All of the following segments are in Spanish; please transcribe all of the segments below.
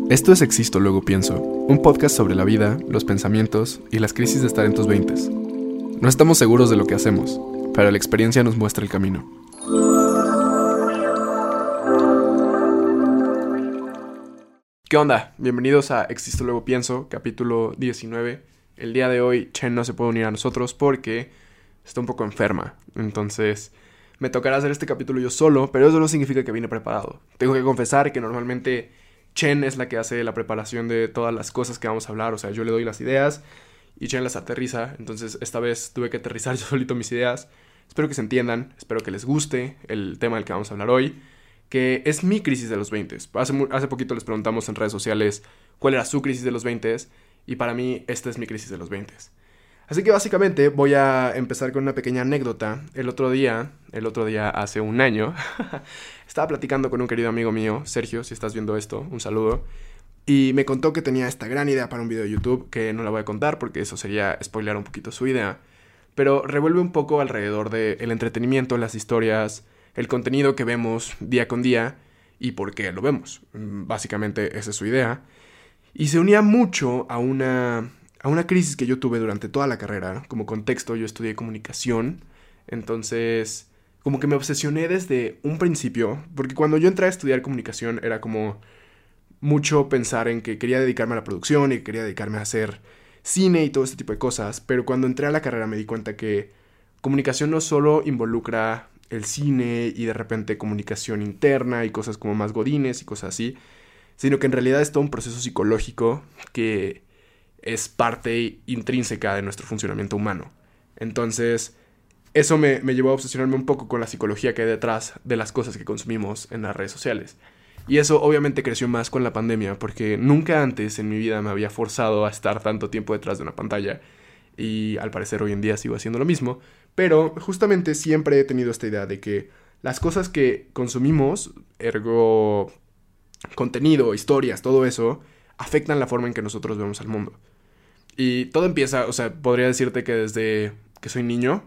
Esto es Existo, Luego Pienso, un podcast sobre la vida, los pensamientos y las crisis de estar en tus 20s. No estamos seguros de lo que hacemos, pero la experiencia nos muestra el camino. ¿Qué onda? Bienvenidos a Existo, Luego Pienso, capítulo 19. El día de hoy Chen no se puede unir a nosotros porque está un poco enferma. Entonces me tocará hacer este capítulo yo solo, pero eso no significa que vine preparado. Tengo que confesar que normalmente Chen es la que hace la preparación de todas las cosas que vamos a hablar. O sea, yo le doy las ideas y Chen las aterriza. Entonces esta vez tuve que aterrizar yo solito mis ideas. Espero que se entiendan, espero que les guste el tema del que vamos a hablar hoy, que es mi crisis de los 20. Hace poquito les preguntamos en redes sociales cuál era su crisis de los 20 y para mí esta es mi crisis de los 20. Así que básicamente voy a empezar con una pequeña anécdota. El otro día hace un año, estaba platicando con un querido amigo mío, Sergio, si estás viendo esto, un saludo, y me contó que tenía esta gran idea para un video de YouTube, que no la voy a contar porque eso sería spoilear un poquito su idea, pero revuelve un poco alrededor del entretenimiento, las historias, el contenido que vemos día con día y por qué lo vemos. Básicamente esa es su idea. Y se unía mucho a una crisis que yo tuve durante toda la carrera. Como contexto, yo estudié comunicación, entonces como que me obsesioné desde un principio, porque cuando yo entré a estudiar comunicación era como mucho pensar en que quería dedicarme a la producción y que quería dedicarme a hacer cine y todo este tipo de cosas, pero cuando entré a la carrera me di cuenta que comunicación no solo involucra el cine y de repente comunicación interna y cosas como más godines y cosas así, sino que en realidad es todo un proceso psicológico que es parte intrínseca de nuestro funcionamiento humano. Entonces, eso me llevó a obsesionarme un poco con la psicología que hay detrás de las cosas que consumimos en las redes sociales. Y eso obviamente creció más con la pandemia, porque nunca antes en mi vida me había forzado a estar tanto tiempo detrás de una pantalla. Y al parecer hoy en día sigo haciendo lo mismo. Pero justamente siempre he tenido esta idea de que las cosas que consumimos, ergo contenido, historias, todo eso, afectan la forma en que nosotros vemos al mundo. Y todo empieza, o sea, podría decirte que desde que soy niño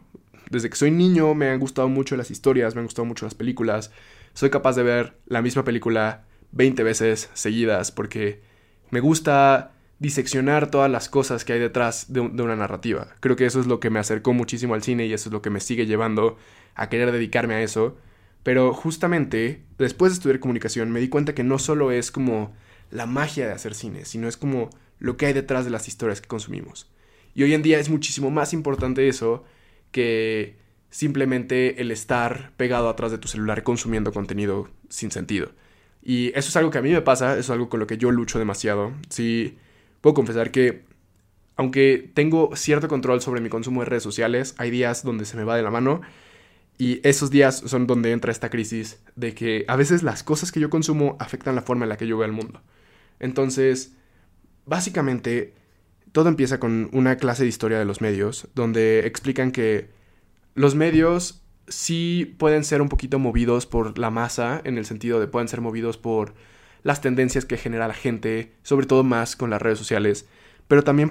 me han gustado mucho las historias, me han gustado mucho las películas. Soy capaz de ver la misma película 20 veces seguidas porque me gusta diseccionar todas las cosas que hay detrás de una narrativa. Creo que eso es lo que me acercó muchísimo al cine y eso es lo que me sigue llevando a querer dedicarme a eso. Pero justamente, después de estudiar comunicación, me di cuenta que no solo es como la magia de hacer cine, sino es como lo que hay detrás de las historias que consumimos. Y hoy en día es muchísimo más importante eso que simplemente el estar pegado atrás de tu celular consumiendo contenido sin sentido. Y eso es algo que a mí me pasa, eso es algo con lo que yo lucho demasiado. Sí, puedo confesar que aunque tengo cierto control sobre mi consumo de redes sociales, hay días donde se me va de la mano. Y esos días son donde entra esta crisis de que a veces las cosas que yo consumo afectan la forma en la que yo veo el mundo. Entonces, básicamente, todo empieza con una clase de historia de los medios, donde explican que los medios sí pueden ser un poquito movidos por la masa, en el sentido de pueden ser movidos por las tendencias que genera la gente, sobre todo más con las redes sociales, pero también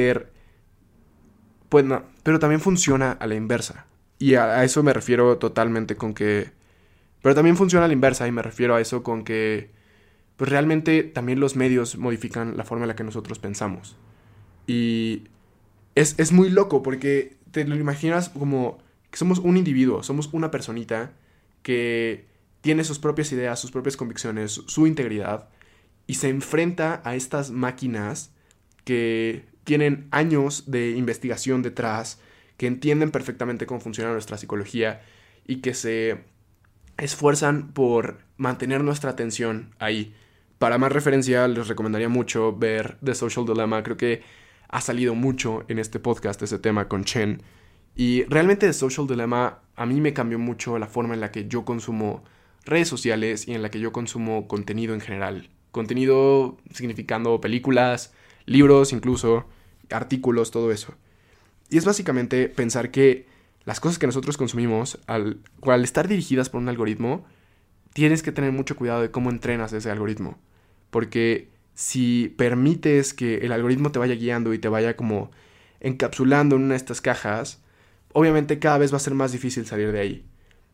pero también funciona a la inversa. Y a eso me refiero totalmente con que... Pero también funciona a la inversa y me refiero a eso con que pues realmente también los medios modifican la forma en la que nosotros pensamos. Y es muy loco porque te lo imaginas como que somos un individuo, somos una personita que tiene sus propias ideas, sus propias convicciones, su integridad y se enfrenta a estas máquinas que tienen años de investigación detrás, que entienden perfectamente cómo funciona nuestra psicología y que se esfuerzan por mantener nuestra atención ahí. Para más referencia, les recomendaría mucho ver The Social Dilemma. Creo que ha salido mucho en este podcast ese tema con Chen. Y realmente The Social Dilemma a mí me cambió mucho la forma en la que yo consumo redes sociales y en la que yo consumo contenido en general. Contenido significando películas, libros incluso, artículos, todo eso. Y es básicamente pensar que las cosas que nosotros consumimos, al estar dirigidas por un algoritmo, tienes que tener mucho cuidado de cómo entrenas ese algoritmo. Porque si permites que el algoritmo te vaya guiando y te vaya como encapsulando en una de estas cajas, obviamente cada vez va a ser más difícil salir de ahí.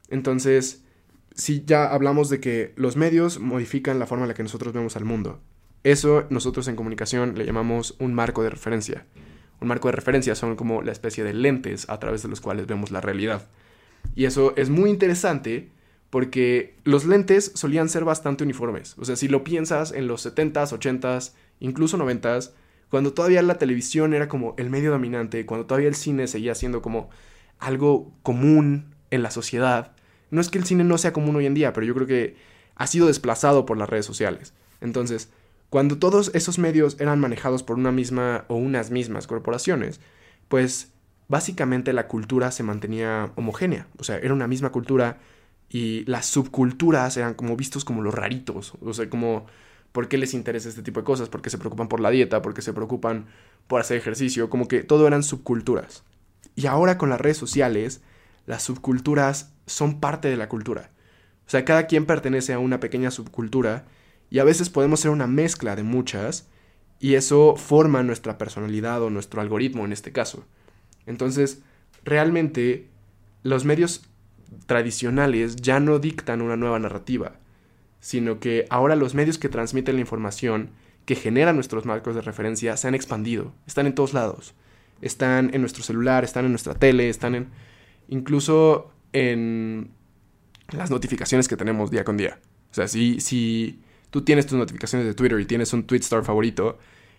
Entonces, si ya hablamos de que los medios modifican la forma en la que nosotros vemos al mundo, Eso nosotros en comunicación le llamamos un marco de referencia. Un marco de referencia son como la especie de lentes a través de los cuales vemos la realidad. Y eso es muy interesante porque los lentes solían ser bastante uniformes. O sea, si lo piensas en los 70s, 80s, incluso 90s, cuando todavía la televisión era como el medio dominante, cuando todavía el cine seguía siendo como algo común en la sociedad. No es que el cine no sea común hoy en día, pero yo creo que ha sido desplazado por las redes sociales. Entonces, cuando todos esos medios eran manejados por una misma o unas mismas corporaciones, pues básicamente la cultura se mantenía homogénea. O sea, era una misma cultura y las subculturas eran como vistos como los raritos. O sea, como por qué les interesa este tipo de cosas, por qué se preocupan por la dieta, por qué se preocupan por hacer ejercicio, como que todo eran subculturas. Y ahora con las redes sociales, las subculturas son parte de la cultura. O sea, cada quien pertenece a una pequeña subcultura y a veces podemos ser una mezcla de muchas y eso forma nuestra personalidad o nuestro algoritmo en este caso. Entonces, realmente los medios tradicionales ya no dictan una nueva narrativa, sino que ahora los medios que transmiten la información, que generan nuestros marcos de referencia, se han expandido, están en todos lados. Están en nuestro celular, están en nuestra tele, están incluso en las notificaciones que tenemos día con día. O sea, si tú tienes tus notificaciones de Twitter y tienes un TweetStar favorito,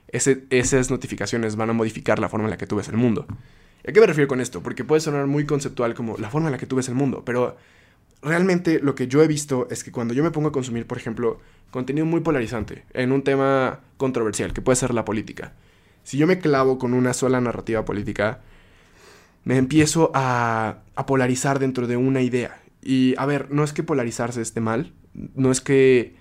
esas notificaciones van a modificar la forma en la que tú ves el mundo. ¿Y a qué me refiero con esto? Porque puede sonar muy conceptual como la forma en la que tú ves el mundo, pero realmente lo que yo he visto es que cuando yo me pongo a consumir, por ejemplo, contenido muy polarizante en un tema controversial, que puede ser la política, si yo me clavo con una sola narrativa política, me empiezo a polarizar dentro de una idea. Y a ver, no es que polarizarse esté mal, no es que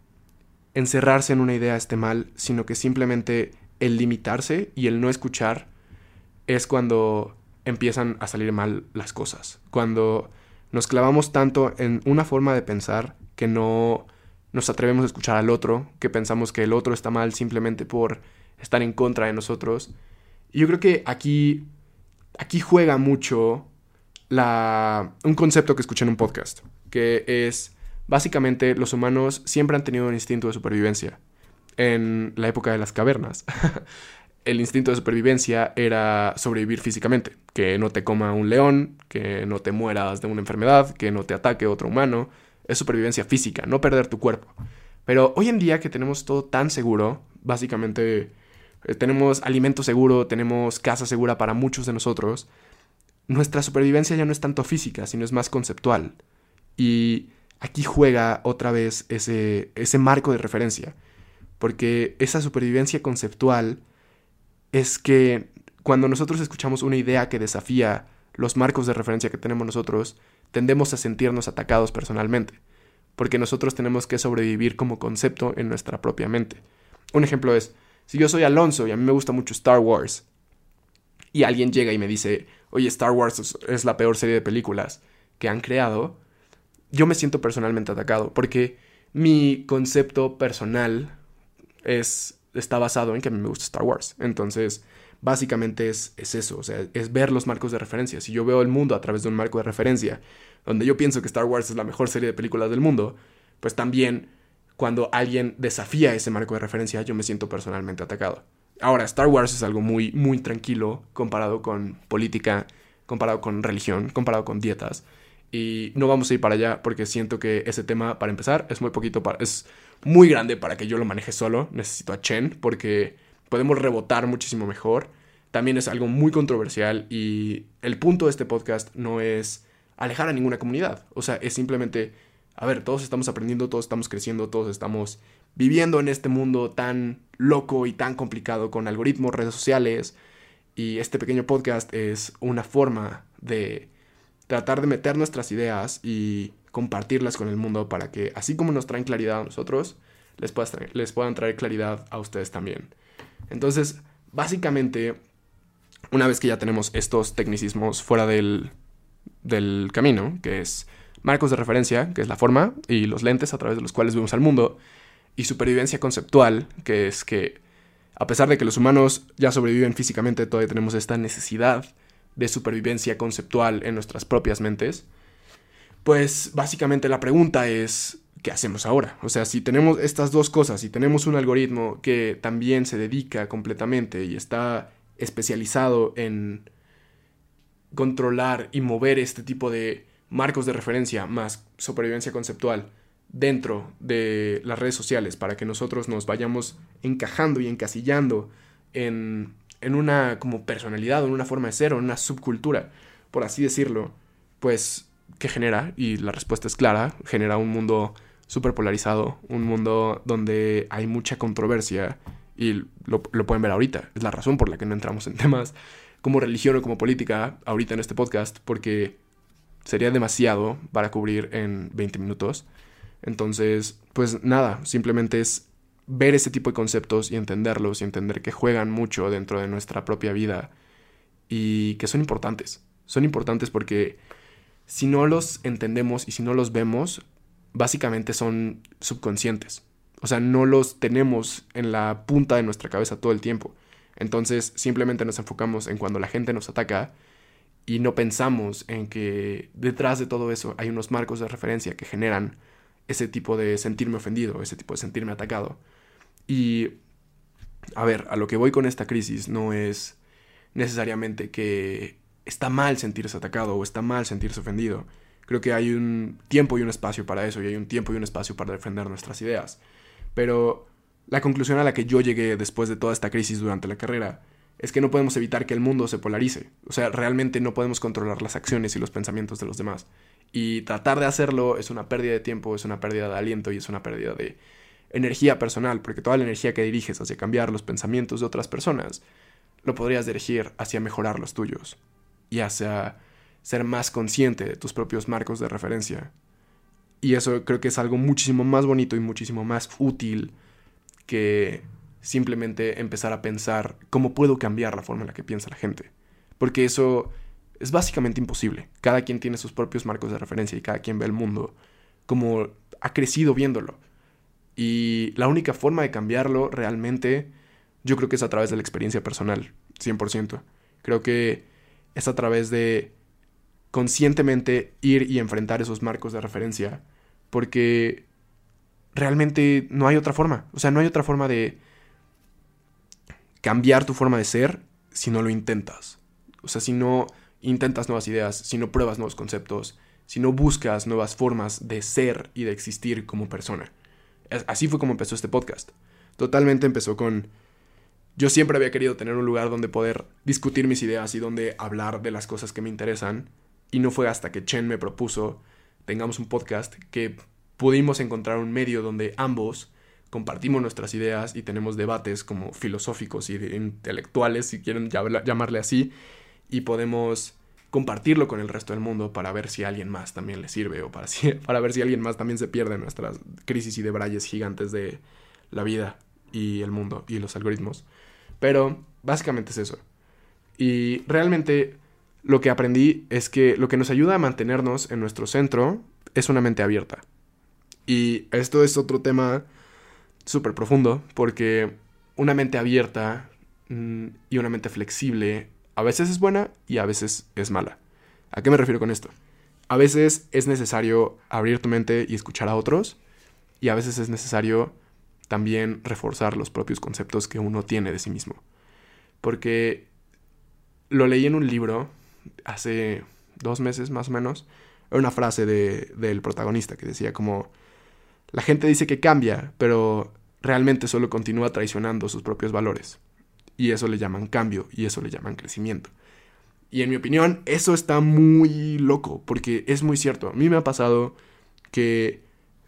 encerrarse en una idea esté mal, sino que simplemente el limitarse y el no escuchar es cuando empiezan a salir mal las cosas. Cuando nos clavamos tanto en una forma de pensar que no nos atrevemos a escuchar al otro, que pensamos que el otro está mal simplemente por estar en contra de nosotros. Y yo creo que aquí juega mucho un concepto que escuché en un podcast, que es básicamente los humanos siempre han tenido un instinto de supervivencia. En la época de las cavernas, el instinto de supervivencia era sobrevivir físicamente, que no te coma un león, que no te mueras de una enfermedad, que no te ataque otro humano. Es supervivencia física, no perder tu cuerpo. Pero hoy en día que tenemos todo tan seguro, básicamente tenemos alimento seguro, tenemos casa segura para muchos de nosotros, nuestra supervivencia ya no es tanto física, sino es más conceptual. Y aquí juega otra vez ese marco de referencia, porque esa supervivencia conceptual es que cuando nosotros escuchamos una idea que desafía los marcos de referencia que tenemos nosotros, tendemos a sentirnos atacados personalmente, porque nosotros tenemos que sobrevivir como concepto en nuestra propia mente. Un ejemplo es, si yo soy Alonso y a mí me gusta mucho Star Wars, y alguien llega y me dice, oye, Star Wars es la peor serie de películas que han creado, yo me siento personalmente atacado, porque mi concepto personal está basado en que a mí me gusta Star Wars. Entonces, básicamente es eso, o sea, es ver los marcos de referencia. Si yo veo el mundo a través de un marco de referencia, donde yo pienso que Star Wars es la mejor serie de películas del mundo, pues también cuando alguien desafía ese marco de referencia, yo me siento personalmente atacado. Ahora, Star Wars es algo muy, muy tranquilo comparado con política, comparado con religión, comparado con dietas. Y no vamos a ir para allá porque siento que ese tema, para empezar, es muy grande para que yo lo maneje solo. Necesito a Chen porque podemos rebotar muchísimo mejor. También es algo muy controversial y el punto de este podcast no es alejar a ninguna comunidad. O sea, es simplemente, a ver, todos estamos aprendiendo, todos estamos creciendo, todos estamos viviendo en este mundo tan loco y tan complicado con algoritmos, redes sociales. Y este pequeño podcast es una forma de tratar de meter nuestras ideas y compartirlas con el mundo para que, así como nos traen claridad a nosotros, les puedan traer claridad a ustedes también. Entonces, básicamente, una vez que ya tenemos estos tecnicismos fuera del camino, que es marcos de referencia, que es la forma, y los lentes a través de los cuales vemos al mundo, y supervivencia conceptual, que es que, a pesar de que los humanos ya sobreviven físicamente, todavía tenemos esta necesidad de supervivencia conceptual en nuestras propias mentes, pues básicamente la pregunta es, ¿qué hacemos ahora? O sea, si tenemos estas dos cosas, si tenemos un algoritmo que también se dedica completamente y está especializado en controlar y mover este tipo de marcos de referencia más supervivencia conceptual dentro de las redes sociales para que nosotros nos vayamos encajando y encasillando en una como personalidad, en una forma de ser, o en una subcultura, por así decirlo, pues, ¿qué genera? Y la respuesta es clara, genera un mundo súper polarizado, un mundo donde hay mucha controversia, y lo pueden ver ahorita. Es la razón por la que no entramos en temas como religión o como política ahorita en este podcast, porque sería demasiado para cubrir en 20 minutos. Entonces, pues nada, simplemente es ver ese tipo de conceptos y entenderlos y entender que juegan mucho dentro de nuestra propia vida y que son importantes. Son importantes porque si no los entendemos y si no los vemos, básicamente son subconscientes. O sea, no los tenemos en la punta de nuestra cabeza todo el tiempo. Entonces, simplemente nos enfocamos en cuando la gente nos ataca y no pensamos en que detrás de todo eso hay unos marcos de referencia que generan ese tipo de sentirme ofendido, ese tipo de sentirme atacado. Y, a ver, a lo que voy con esta crisis no es necesariamente que está mal sentirse atacado o está mal sentirse ofendido. Creo que hay un tiempo y un espacio para eso, y hay un tiempo y un espacio para defender nuestras ideas. Pero la conclusión a la que yo llegué después de toda esta crisis durante la carrera es que no podemos evitar que el mundo se polarice. O sea, realmente no podemos controlar las acciones y los pensamientos de los demás. Y tratar de hacerlo es una pérdida de tiempo, es una pérdida de aliento y es una pérdida de energía personal, porque toda la energía que diriges hacia cambiar los pensamientos de otras personas lo podrías dirigir hacia mejorar los tuyos y hacia ser más consciente de tus propios marcos de referencia. Y eso creo que es algo muchísimo más bonito y muchísimo más útil que simplemente empezar a pensar cómo puedo cambiar la forma en la que piensa la gente. Porque eso es básicamente imposible. Cada quien tiene sus propios marcos de referencia y cada quien ve el mundo como ha crecido viéndolo. Y la única forma de cambiarlo realmente yo creo que es a través de la experiencia personal, 100%. Creo que es a través de conscientemente ir y enfrentar esos marcos de referencia, porque realmente no hay otra forma. O sea, no hay otra forma de cambiar tu forma de ser si no lo intentas. O sea, si no intentas nuevas ideas, si no pruebas nuevos conceptos, si no buscas nuevas formas de ser y de existir como persona. Así fue como empezó este podcast. Totalmente empezó con... Yo siempre había querido tener un lugar donde poder discutir mis ideas y donde hablar de las cosas que me interesan. Y no fue hasta que Chen me propuso tengamos un podcast que pudimos encontrar un medio donde ambos compartimos nuestras ideas y tenemos debates como filosóficos y intelectuales, si quieren llamarle así, y podemos compartirlo con el resto del mundo para ver si a alguien más también le sirve o para ver si alguien más también se pierde en nuestras crisis y debrayes gigantes de la vida y el mundo y los algoritmos. Pero básicamente es eso. Y realmente lo que aprendí es que lo que nos ayuda a mantenernos en nuestro centro es una mente abierta. Y esto es otro tema súper profundo, porque una mente abierta y una mente flexible a veces es buena y a veces es mala. ¿A qué me refiero con esto? A veces es necesario abrir tu mente y escuchar a otros, y a veces es necesario también reforzar los propios conceptos que uno tiene de sí mismo. Porque lo leí en un libro hace 2 meses más o menos. Era una frase del protagonista que decía como: la gente dice que cambia, pero realmente solo continúa traicionando sus propios valores. Y eso le llaman cambio, y eso le llaman crecimiento. Y en mi opinión, eso está muy loco, porque es muy cierto. A mí me ha pasado que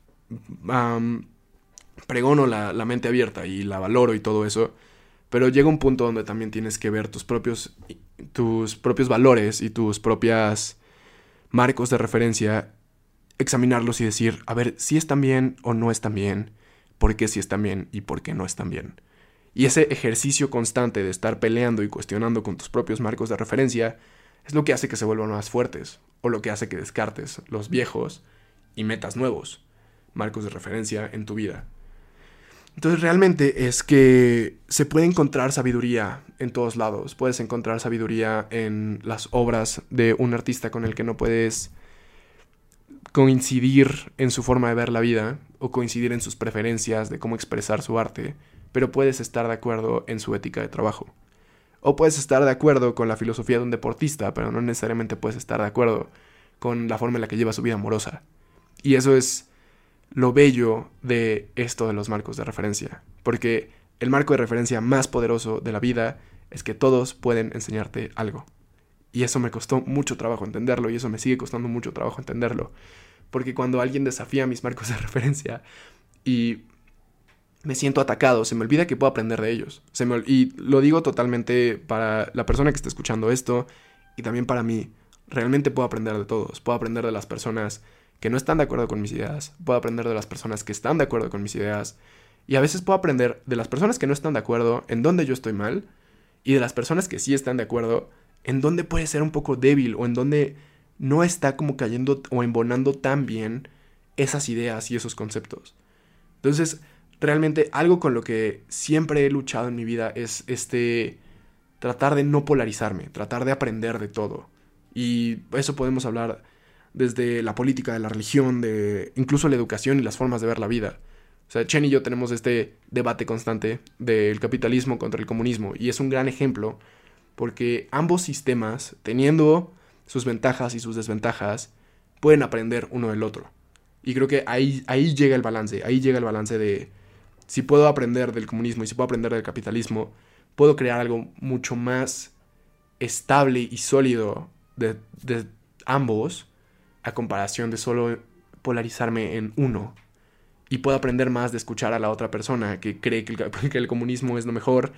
pregono la mente abierta y la valoro y todo eso, pero llega un punto donde también tienes que ver tus propios valores y tus propias marcos de referencia, examinarlos y decir, a ver, si están bien o no están bien, por qué sí están bien y por qué no están bien. Y ese ejercicio constante de estar peleando y cuestionando con tus propios marcos de referencia es lo que hace que se vuelvan más fuertes, o lo que hace que descartes los viejos y metas nuevos marcos de referencia en tu vida. Entonces realmente es que se puede encontrar sabiduría en todos lados. Puedes encontrar sabiduría en las obras de un artista con el que no puedes coincidir en su forma de ver la vida o coincidir en sus preferencias de cómo expresar su arte, pero puedes estar de acuerdo en su ética de trabajo. O puedes estar de acuerdo con la filosofía de un deportista, pero no necesariamente puedes estar de acuerdo con la forma en la que lleva su vida amorosa. Y eso es lo bello de esto de los marcos de referencia, porque el marco de referencia más poderoso de la vida es que todos pueden enseñarte algo. Y eso me costó mucho trabajo entenderlo, y eso me sigue costando mucho trabajo entenderlo, porque cuando alguien desafía mis marcos de referencia y me siento atacado, se me olvida que puedo aprender de ellos. Y lo digo totalmente para la persona que está escuchando esto y también para mí. Realmente puedo aprender de todos. Puedo aprender de las personas que no están de acuerdo con mis ideas. Puedo aprender de las personas que están de acuerdo con mis ideas. Y a veces puedo aprender de las personas que no están de acuerdo en dónde yo estoy mal. Y de las personas que sí están de acuerdo en dónde puede ser un poco débil o en dónde no está como cayendo o embonando tan bien esas ideas y esos conceptos. Entonces, realmente algo con lo que siempre he luchado en mi vida es tratar de no polarizarme, tratar de aprender de todo. Y eso podemos hablar desde la política, de la religión, de incluso la educación y las formas de ver la vida. O sea, Chen y yo tenemos este debate constante del capitalismo contra el comunismo, y es un gran ejemplo porque ambos sistemas, teniendo sus ventajas y sus desventajas, pueden aprender uno del otro. Y creo que ahí llega el balance de si puedo aprender del comunismo y si puedo aprender del capitalismo, puedo crear algo mucho más estable y sólido de ambos a comparación de solo polarizarme en uno. Y puedo aprender más de escuchar a la otra persona que cree que el comunismo es lo mejor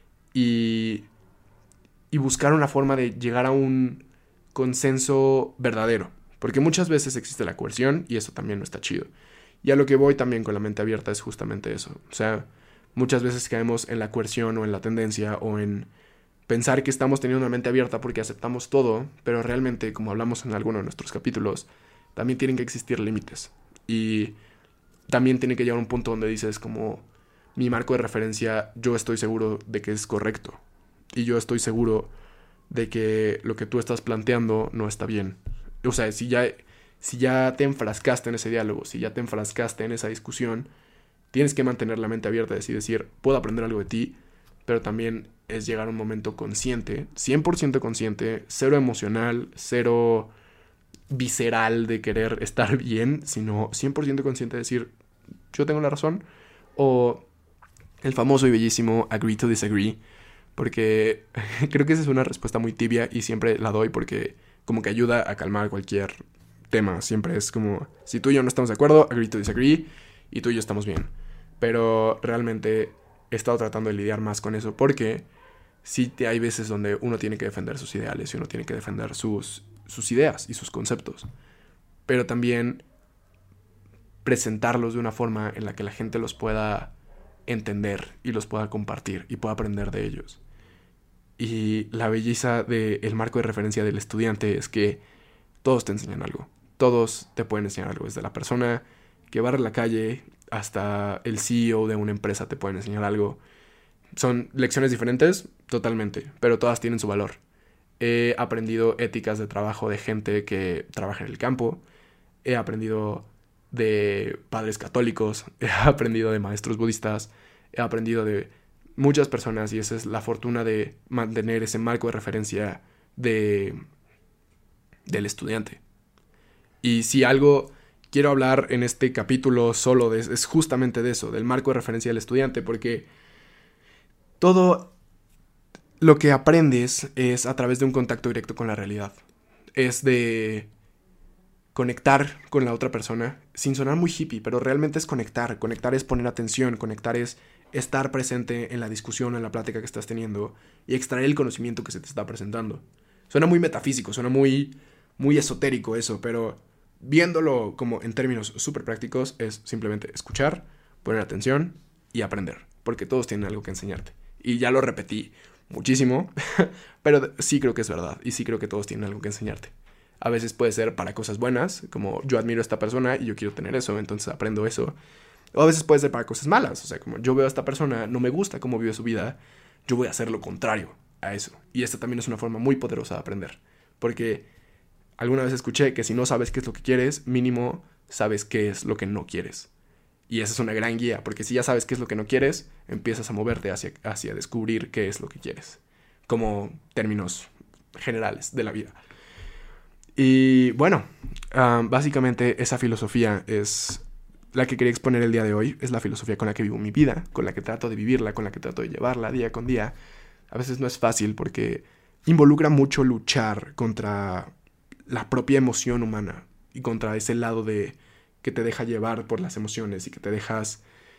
y buscar una forma de llegar a un consenso verdadero. Porque muchas veces existe la coerción y eso también no está chido. Y a lo que voy también con la mente abierta es justamente eso. O sea, muchas veces caemos en la coerción o en la tendencia o en pensar que estamos teniendo una mente abierta porque aceptamos todo, pero realmente, como hablamos en alguno de nuestros capítulos, también tienen que existir límites. Y también tiene que llegar a un punto donde dices como, mi marco de referencia, yo estoy seguro de que es correcto. Y yo estoy seguro de que lo que tú estás planteando no está bien. O sea, si ya te enfrascaste en ese diálogo, si ya te enfrascaste en esa discusión, tienes que mantener la mente abierta y decir, puedo aprender algo de ti, pero también es llegar a un momento consciente, 100% consciente, cero emocional, cero visceral de querer estar bien, sino 100% consciente de decir, yo tengo la razón, o el famoso y bellísimo agree to disagree, porque creo que esa es una respuesta muy tibia y siempre la doy porque como que ayuda a calmar cualquier tema. Siempre es como, si tú y yo no estamos de acuerdo, agree to disagree, y tú y yo estamos bien. Pero realmente he estado tratando de lidiar más con eso porque sí hay veces donde uno tiene que defender sus ideales y uno tiene que defender sus ideas y sus conceptos. Pero también presentarlos de una forma en la que la gente los pueda entender y los pueda compartir y pueda aprender de ellos. Y la belleza del marco de referencia del estudiante es que todos te enseñan algo. Todos te pueden enseñar algo. Desde la persona que barre la calle hasta el CEO de una empresa te pueden enseñar algo. Son lecciones diferentes, totalmente, pero todas tienen su valor. He aprendido éticas de trabajo de gente que trabaja en el campo. He aprendido de padres católicos. He aprendido de maestros budistas. He aprendido de muchas personas y esa es la fortuna de mantener ese marco de referencia del estudiante. Y si algo quiero hablar en este capítulo solo es justamente de eso, del marco de referencia del estudiante, porque todo lo que aprendes es a través de un contacto directo con la realidad. Es de conectar con la otra persona, sin sonar muy hippie, pero realmente es conectar. Conectar es poner atención, conectar es estar presente en la discusión, en la plática que estás teniendo y extraer el conocimiento que se te está presentando. Suena muy metafísico, suena muy, muy esotérico eso, pero viéndolo como en términos súper prácticos es simplemente escuchar, poner atención y aprender, porque todos tienen algo que enseñarte. Y ya lo repetí muchísimo, pero sí creo que es verdad y sí creo que todos tienen algo que enseñarte. A veces puede ser para cosas buenas, como yo admiro a esta persona y yo quiero tener eso, entonces aprendo eso. O a veces puede ser para cosas malas, o sea, como yo veo a esta persona, no me gusta cómo vive su vida, yo voy a hacer lo contrario a eso. Y esta también es una forma muy poderosa de aprender, porque alguna vez escuché que si no sabes qué es lo que quieres, mínimo sabes qué es lo que no quieres. Y esa es una gran guía, porque si ya sabes qué es lo que no quieres, empiezas a moverte hacia descubrir qué es lo que quieres, como términos generales de la vida. Y bueno, básicamente esa filosofía es la que quería exponer el día de hoy. Es la filosofía con la que vivo mi vida, con la que trato de vivirla, con la que trato de llevarla día con día. A veces no es fácil porque involucra mucho luchar contra la propia emoción humana y contra ese lado de que te deja llevar por las emociones y que te dejas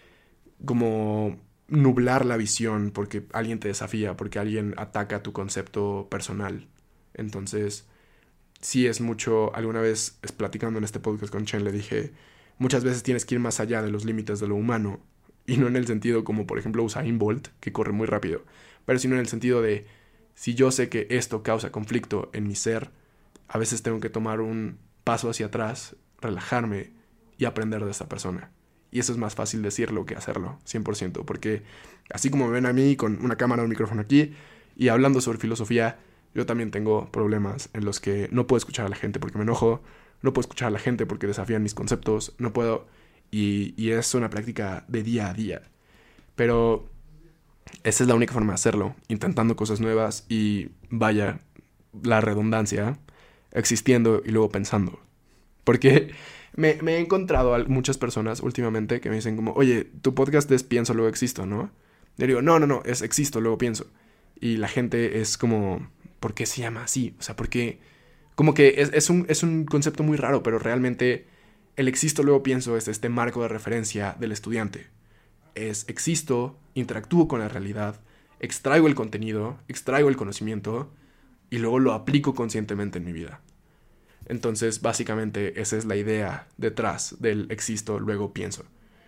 como nublar la visión porque alguien te desafía, porque alguien ataca tu concepto personal. Entonces, sí es mucho. Alguna vez, platicando en este podcast con Chen, le dije, muchas veces tienes que ir más allá de los límites de lo humano, y no en el sentido como por ejemplo Usain Bolt, que corre muy rápido, pero sino en el sentido de, si yo sé que esto causa conflicto en mi ser, a veces tengo que tomar un paso hacia atrás, relajarme y aprender de esta persona. Y eso es más fácil decirlo que hacerlo, 100%, porque así como me ven a mí con una cámara o un micrófono aquí y hablando sobre filosofía, yo también tengo problemas en los que no puedo escuchar a la gente porque me enojo, no puedo escuchar a la gente porque desafían mis conceptos, no puedo, y es una práctica de día a día. Pero esa es la única forma de hacerlo, intentando cosas nuevas y, vaya, la redundancia, existiendo y luego pensando. Porque me he encontrado a muchas personas últimamente que me dicen como, oye, tu podcast es Pienso, luego existo, ¿no? Yo digo, no, es existo, luego pienso. Y la gente es como, ¿por qué se llama así? O sea, porque como que es un concepto muy raro, pero realmente el existo, luego pienso es este marco de referencia del estudiante. Es existo, interactúo con la realidad, extraigo el contenido, extraigo el conocimiento y luego lo aplico conscientemente en mi vida. Entonces, básicamente, esa es la idea detrás del existo, luego pienso.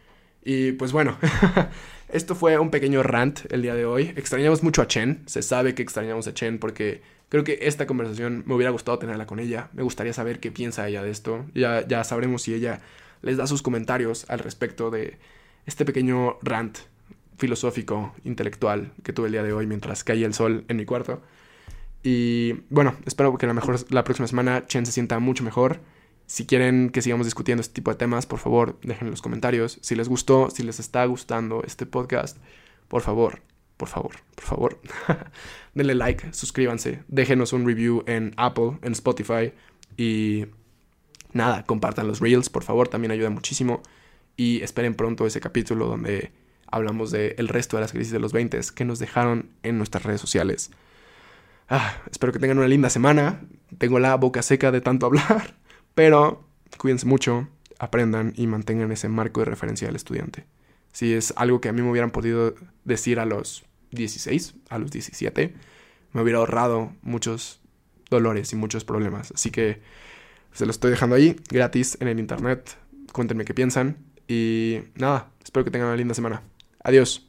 Y pues bueno, esto fue un pequeño rant el día de hoy. Extrañamos mucho a Chen, se sabe que extrañamos a Chen porque creo que esta conversación me hubiera gustado tenerla con ella. Me gustaría saber qué piensa ella de esto. Ya sabremos si ella les da sus comentarios al respecto de este pequeño rant filosófico, intelectual que tuve el día de hoy mientras caía el sol en mi cuarto. Y bueno, espero que la próxima semana Chen se sienta mucho mejor. Si quieren que sigamos discutiendo este tipo de temas, por favor, dejen en los comentarios. Si les gustó, si les está gustando este podcast, por favor, denle like, suscríbanse, déjenos un review en Apple, en Spotify y nada, compartan los reels, por favor, también ayuda muchísimo. Y esperen pronto ese capítulo donde hablamos del resto de las crisis de los 20 que nos dejaron en nuestras redes sociales. Espero que tengan una linda semana. Tengo la boca seca de tanto hablar, pero cuídense mucho, aprendan y mantengan ese marco de referencia del estudiante. Si es algo que a mí me hubieran podido decir a los 16, a los 17, me hubiera ahorrado muchos dolores y muchos problemas. Así que se lo estoy dejando ahí, gratis en el internet. Cuéntenme qué piensan y nada, espero que tengan una linda semana. Adiós.